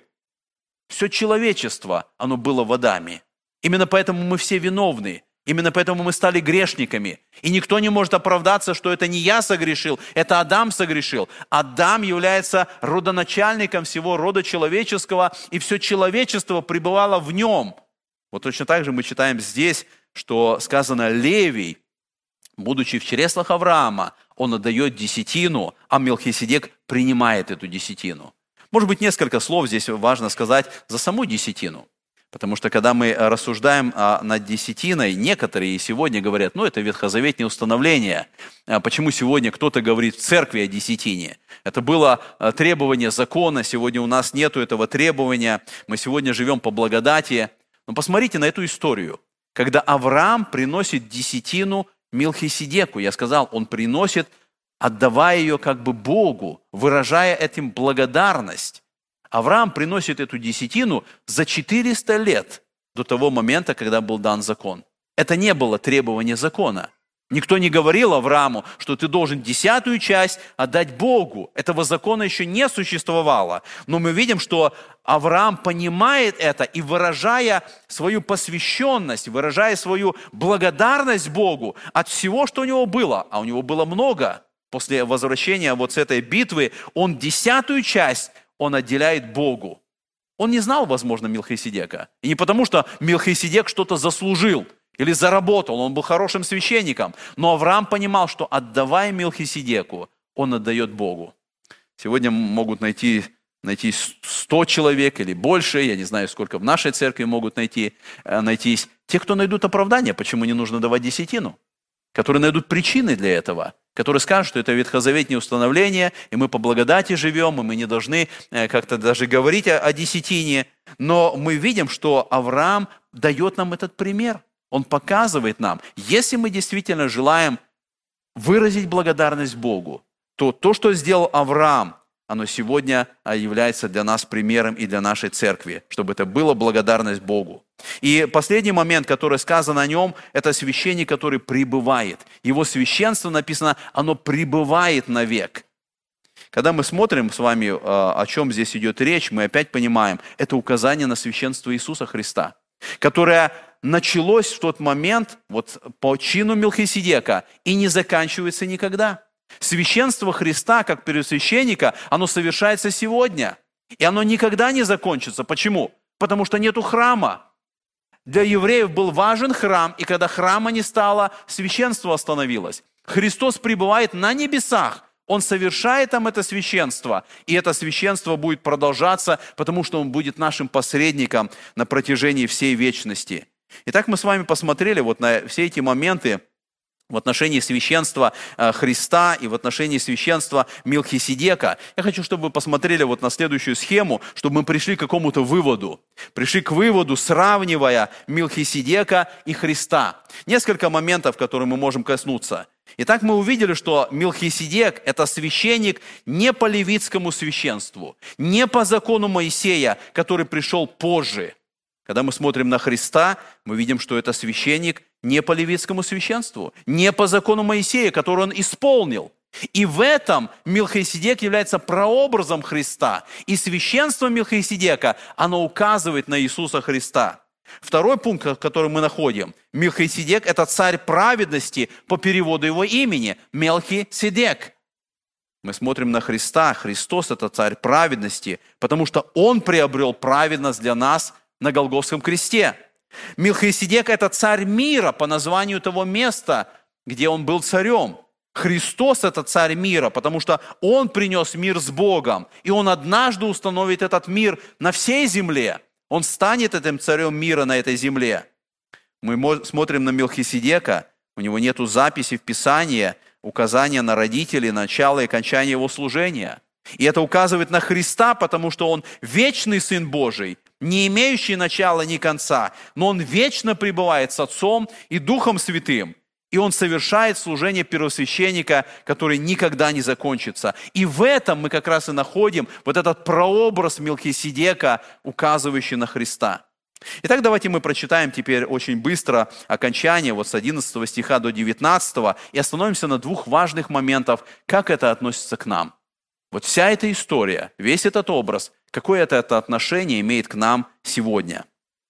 Speaker 2: все человечество, оно было в Адаме. Именно поэтому мы все виновны. Именно поэтому мы стали грешниками. И никто не может оправдаться, что это не я согрешил, это Адам согрешил. Адам является родоначальником всего рода человеческого, и все человечество пребывало в нем. Вот точно так же мы читаем здесь, что сказано, Левий, будучи в чреслах Авраама, он отдает десятину, а Мелхиседек принимает эту десятину. Может быть, несколько слов здесь важно сказать за саму десятину. Потому что, когда мы рассуждаем над десятиной, некоторые сегодня говорят, ну, это ветхозаветное установление. Почему сегодня кто-то говорит в церкви о десятине? Это было требование закона, сегодня у нас нету этого требования. Мы сегодня живем по благодати. Но посмотрите на эту историю. Когда Авраам приносит десятину Мелхиседеку, я сказал, он приносит, отдавая ее как бы Богу, выражая этим благодарность. Авраам приносит эту десятину за четыреста лет до того момента, когда был дан закон. Это не было требование закона. Никто не говорил Аврааму, что ты должен десятую часть отдать Богу. Этого закона еще не существовало. Но мы видим, что Авраам понимает это и, выражая свою посвященность, выражая свою благодарность Богу от всего, что у него было, а у него было много, после возвращения вот с этой битвы, он десятую часть он отделяет Богу. Он не знал, возможно, Мелхиседека. И не потому, что Мелхиседек что-то заслужил или заработал, он был хорошим священником. Но Авраам понимал, что отдавая Мелхиседеку, он отдает Богу. Сегодня могут найти, найти сто человек или больше, я не знаю, сколько в нашей церкви могут найти, найтись. Те, кто найдут оправдание, почему не нужно давать десятину, которые найдут причины для этого, которые скажут, что это ветхозаветное установление, и мы по благодати живем, и мы не должны как-то даже говорить о, о десятине. Но мы видим, что Авраам дает нам этот пример. Он показывает нам, если мы действительно желаем выразить благодарность Богу, то то, что сделал Авраам, оно сегодня является для нас примером и для нашей церкви, чтобы это была благодарность Богу. И последний момент, который сказан о нем, это священник, который пребывает. Его священство, написано, оно пребывает навек. Когда мы смотрим с вами, о чем здесь идет речь, мы опять понимаем, это указание на священство Иисуса Христа, которое началось в тот момент вот, по чину Мелхиседека и не заканчивается никогда. Священство Христа, как первосвященника, оно совершается сегодня. И оно никогда не закончится. Почему? Потому что нету храма. Для евреев был важен храм, и когда храма не стало, священство остановилось. Христос пребывает на небесах. Он совершает там это священство. И это священство будет продолжаться, потому что Он будет нашим посредником на протяжении всей вечности. Итак, мы с вами посмотрели вот на все эти моменты, в отношении священства Христа и в отношении священства Мелхиседека. Я хочу, чтобы вы посмотрели вот на следующую схему, чтобы мы пришли к какому-то выводу. Пришли к выводу, сравнивая Мелхиседека и Христа. Несколько моментов, которые мы можем коснуться. Итак, мы увидели, что Мелхиседек – это священник не по левитскому священству, не по закону Моисея, который пришел позже. Когда мы смотрим на Христа, мы видим, что это священник не по левитскому священству, не по закону Моисея, который он исполнил. И в этом Мелхиседек является прообразом Христа. И священство Мелхиседека, оно указывает на Иисуса Христа. Второй пункт, который мы находим. Мелхиседек – это царь праведности по переводу его имени. Мелхиседек. Мы смотрим на Христа. Христос – это царь праведности, потому что Он приобрел праведность для нас на Голгофском кресте. Мелхиседек – это царь мира по названию того места, где он был царем. Христос – это царь мира, потому что Он принес мир с Богом, и Он однажды установит этот мир на всей земле. Он станет этим царем мира на этой земле. Мы смотрим на Мелхиседека, у него нет записи в Писании, указания на родителей, начало и окончание его служения. И это указывает на Христа, потому что Он вечный Сын Божий, не имеющий начала ни конца, но Он вечно пребывает с Отцом и Духом Святым. И Он совершает служение первосвященника, которое никогда не закончится. И в этом мы как раз и находим вот этот прообраз Мелхиседека, указывающий на Христа. Итак, давайте мы прочитаем теперь очень быстро окончание вот с одиннадцатого стиха до девятнадцатого и остановимся на двух важных моментах, как это относится к нам. Вот вся эта история, весь этот образ, какое это, это отношение имеет к нам сегодня.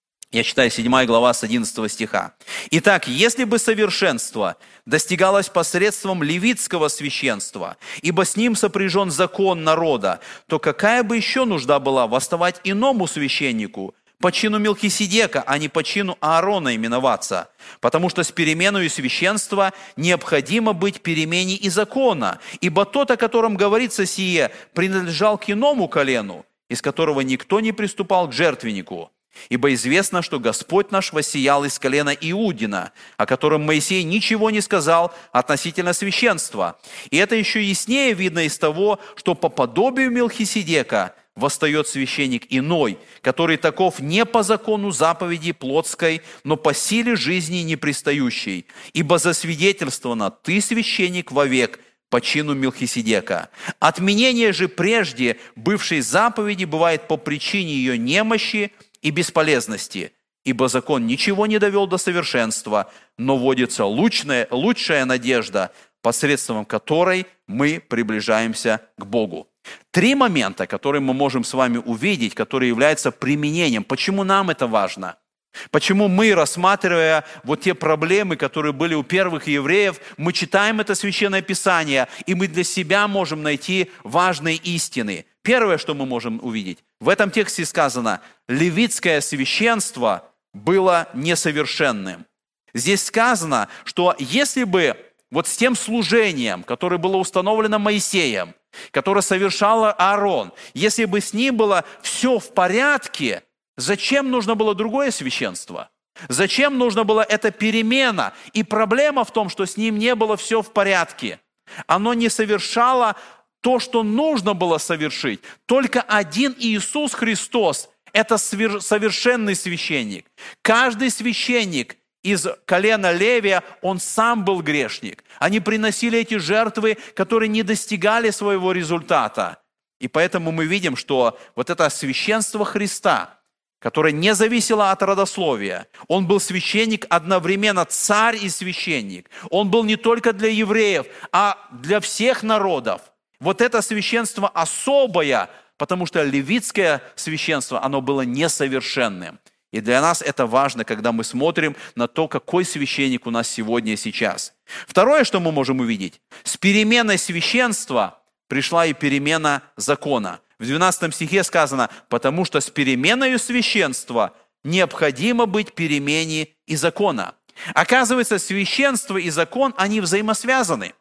Speaker 2: Я читаю седьмая глава с одиннадцатого стиха. «Итак, если бы совершенство достигалось посредством левитского священства, ибо с ним сопряжен закон народа, то какая бы еще нужда была восставать иному священнику, по чину Мелхиседека, а не по чину Аарона именоваться? Потому что с переменою священства необходимо быть перемене и закона, ибо тот, о котором говорится сие, принадлежал к иному колену, из которого никто не приступал к жертвеннику. Ибо известно, что Господь наш воссиял из колена Иудина, о котором Моисей ничего не сказал относительно священства. И это еще яснее видно из того, что по подобию Мелхиседека восстает священник иной, который таков не по закону заповеди плотской, но по силе жизни непристающей. Ибо засвидетельствовано: ты священник вовек по чину Мелхиседека. Отменение же прежде бывшей заповеди бывает по причине ее немощи и бесполезности, ибо закон ничего не довел до совершенства, но вводится лучшая, лучшая надежда, посредством которой мы приближаемся к Богу». Три момента, которые мы можем с вами увидеть, которые являются применением. Почему нам это важно? Почему мы, рассматривая вот те проблемы, которые были у первых евреев, мы читаем это Священное Писание, и мы для себя можем найти важные истины. Первое, что мы можем увидеть, в этом тексте сказано: левитское священство было несовершенным. Здесь сказано, что если бы вот с тем служением, которое было установлено Моисеем, которое совершал Аарон, если бы с ним было все в порядке, зачем нужно было другое священство? Зачем нужна была эта перемена? И проблема в том, что с ним не было все в порядке. Оно не совершало то, что нужно было совершить. Только один Иисус Христос – это совершенный священник. Каждый священник из колена Левия, он сам был грешник. Они приносили эти жертвы, которые не достигали своего результата. И поэтому мы видим, что вот это священство Христа, которое не зависело от родословия, он был священник одновременно, царь и священник. Он был не только для евреев, а для всех народов. Вот это священство особое, потому что левитское священство, оно было несовершенным. И для нас это важно, когда мы смотрим на то, какой священник у нас сегодня и сейчас. Второе, что мы можем увидеть, с переменой священства пришла и перемена закона. В двенадцатом стихе сказано: «Потому что с переменою священства необходимо быть перемене и закона». Оказывается, священство и закон, они взаимосвязаны.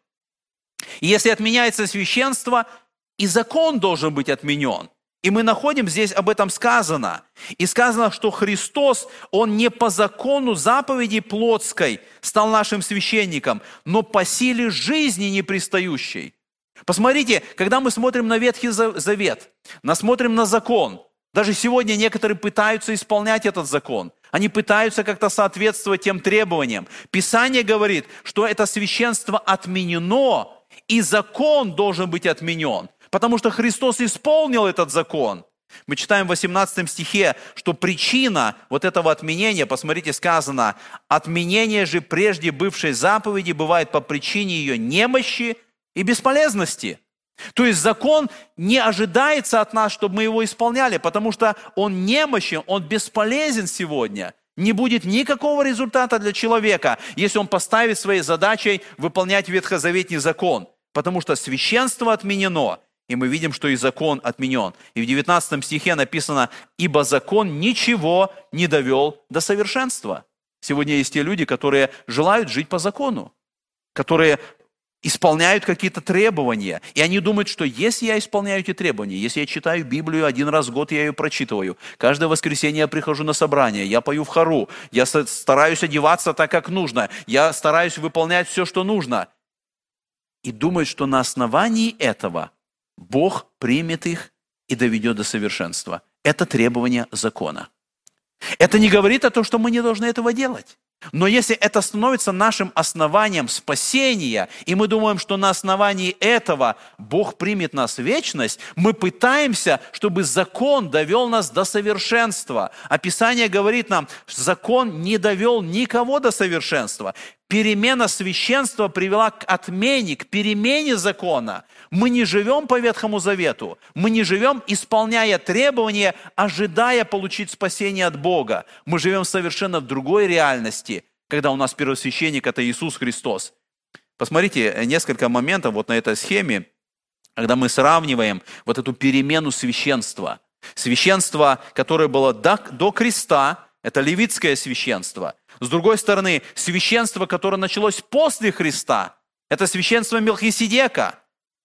Speaker 2: И если отменяется священство, и закон должен быть отменен. И мы находим здесь, об этом сказано. И сказано, что Христос, Он не по закону заповеди плотской стал нашим священником, но по силе жизни непристающей. Посмотрите, когда мы смотрим на Ветхий Завет, смотрим на закон, даже сегодня некоторые пытаются исполнять этот закон. Они пытаются как-то соответствовать тем требованиям. Писание говорит, что это священство отменено, и закон должен быть отменен. Потому что Христос исполнил этот закон. Мы читаем в восемнадцатом стихе, что причина вот этого отменения, посмотрите, сказано: «Отменение же прежде бывшей заповеди бывает по причине ее немощи и бесполезности». То есть закон не ожидается от нас, чтобы мы его исполняли, потому что он немощен, он бесполезен сегодня. Не будет никакого результата для человека, если он поставит своей задачей выполнять ветхозаветний закон. потому что священство отменено, и мы видим, что и закон отменен. И в девятнадцатом стихе написано: «Ибо закон ничего не довел до совершенства». Сегодня есть те люди, которые желают жить по закону, которые исполняют какие-то требования. И они думают, что если я исполняю эти требования, если я читаю Библию один раз в год, я ее прочитываю, каждое воскресенье я прихожу на собрание, я пою в хору, я стараюсь одеваться так, как нужно, я стараюсь выполнять все, что нужно. И думают, что на основании этого Бог примет их и доведет до совершенства. Это требование закона. Это не говорит о том, что мы не должны этого делать. Но если это становится нашим основанием спасения, и мы думаем, что на основании этого Бог примет нас в вечность, мы пытаемся, чтобы закон довел нас до совершенства. А Писание говорит нам, что закон не довел никого до совершенства. Перемена священства привела к отмене, к перемене закона. Мы не живем по Ветхому Завету, мы не живем, исполняя требования, ожидая получить спасение от Бога. Мы живем совершенно в другой реальности, когда у нас первосвященник – это Иисус Христос. Посмотрите несколько моментов вот на этой схеме, когда мы сравниваем вот эту перемену священства. Священство, которое было до, до креста, это левитское священство. С другой стороны, священство, которое началось после Христа, это священство Мелхиседека.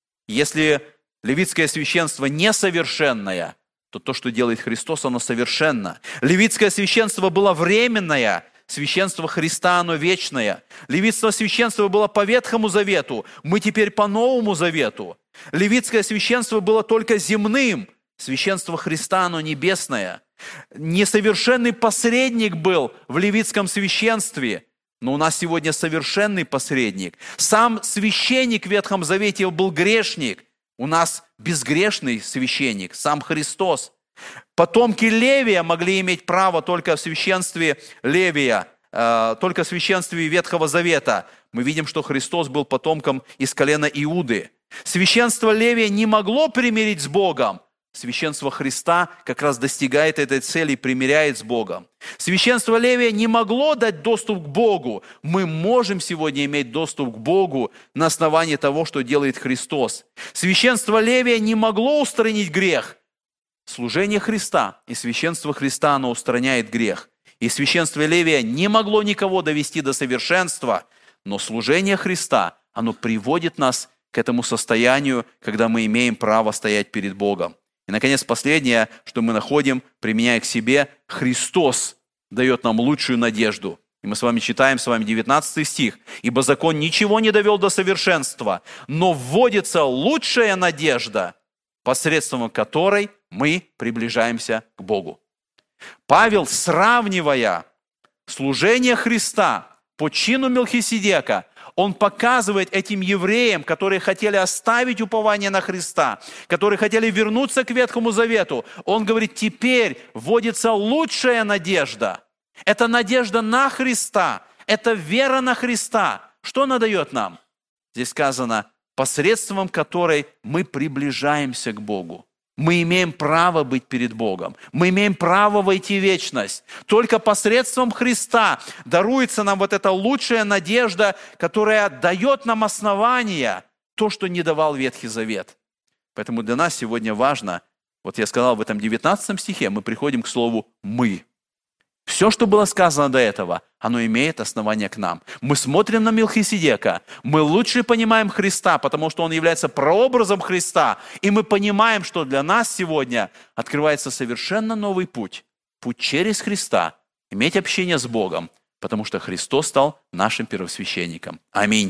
Speaker 2: Если левитское священство несовершенное, то то, что делает Христос, оно совершенно. Левитское священство было временное, священство Христа, оно вечное. Левитское священство было по Ветхому Завету, мы теперь по Новому Завету. Левитское священство было только земным, священство Христа, оно небесное. Несовершенный посредник был в левитском священстве, но у нас сегодня совершенный посредник. Сам священник в Ветхом Завете был грешник. У нас безгрешный священник, сам Христос. Потомки Левия могли иметь право только в священстве Левия, э, только в священстве Ветхого Завета. Мы видим, что Христос был потомком из колена Иуды. Священство Левия не могло примирить с Богом. Священство Христа как раз достигает этой цели и примиряет с Богом. Священство Левия не могло дать доступ к Богу. Мы можем сегодня иметь доступ к Богу на основании того, что делает Христос. Священство Левия не могло устранить грех. Служение Христа и священство Христа, оно устраняет грех. И священство Левия не могло никого довести до совершенства, но служение Христа, оно приводит нас к этому состоянию, когда мы имеем право стоять перед Богом. И, наконец, последнее, что мы находим, применяя к себе, Христос дает нам лучшую надежду. И мы с вами читаем с вами девятнадцатый стих. «Ибо закон ничего не довел до совершенства, но вводится лучшая надежда, посредством которой мы приближаемся к Богу». Павел, сравнивая служение Христа по чину Мелхиседека, он показывает этим евреям, которые хотели оставить упование на Христа, которые хотели вернуться к Ветхому Завету, он говорит, теперь вводится лучшая надежда. Это надежда на Христа, это вера на Христа. Что она дает нам? Здесь сказано, посредством которой мы приближаемся к Богу. Мы имеем право быть перед Богом. Мы имеем право войти в вечность. Только посредством Христа даруется нам вот эта лучшая надежда, которая дает нам основания, то, что не давал Ветхий Завет. Поэтому для нас сегодня важно, вот я сказал в этом девятнадцатом стихе, мы приходим к слову «мы». Все, что было сказано до этого, оно имеет основание к нам. Мы смотрим на Мелхиседека, мы лучше понимаем Христа, потому что Он является прообразом Христа, и мы понимаем, что для нас сегодня открывается совершенно новый путь. Путь через Христа, иметь общение с Богом, потому что Христос стал нашим первосвященником. Аминь.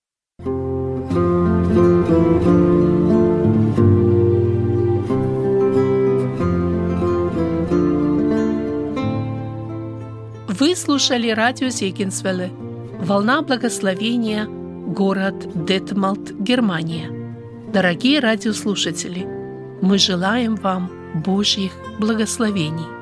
Speaker 1: Вы слушали радио Зегенсвелле «Волна благословения», город Детмалт, Германия. Дорогие радиослушатели, мы желаем вам Божьих благословений.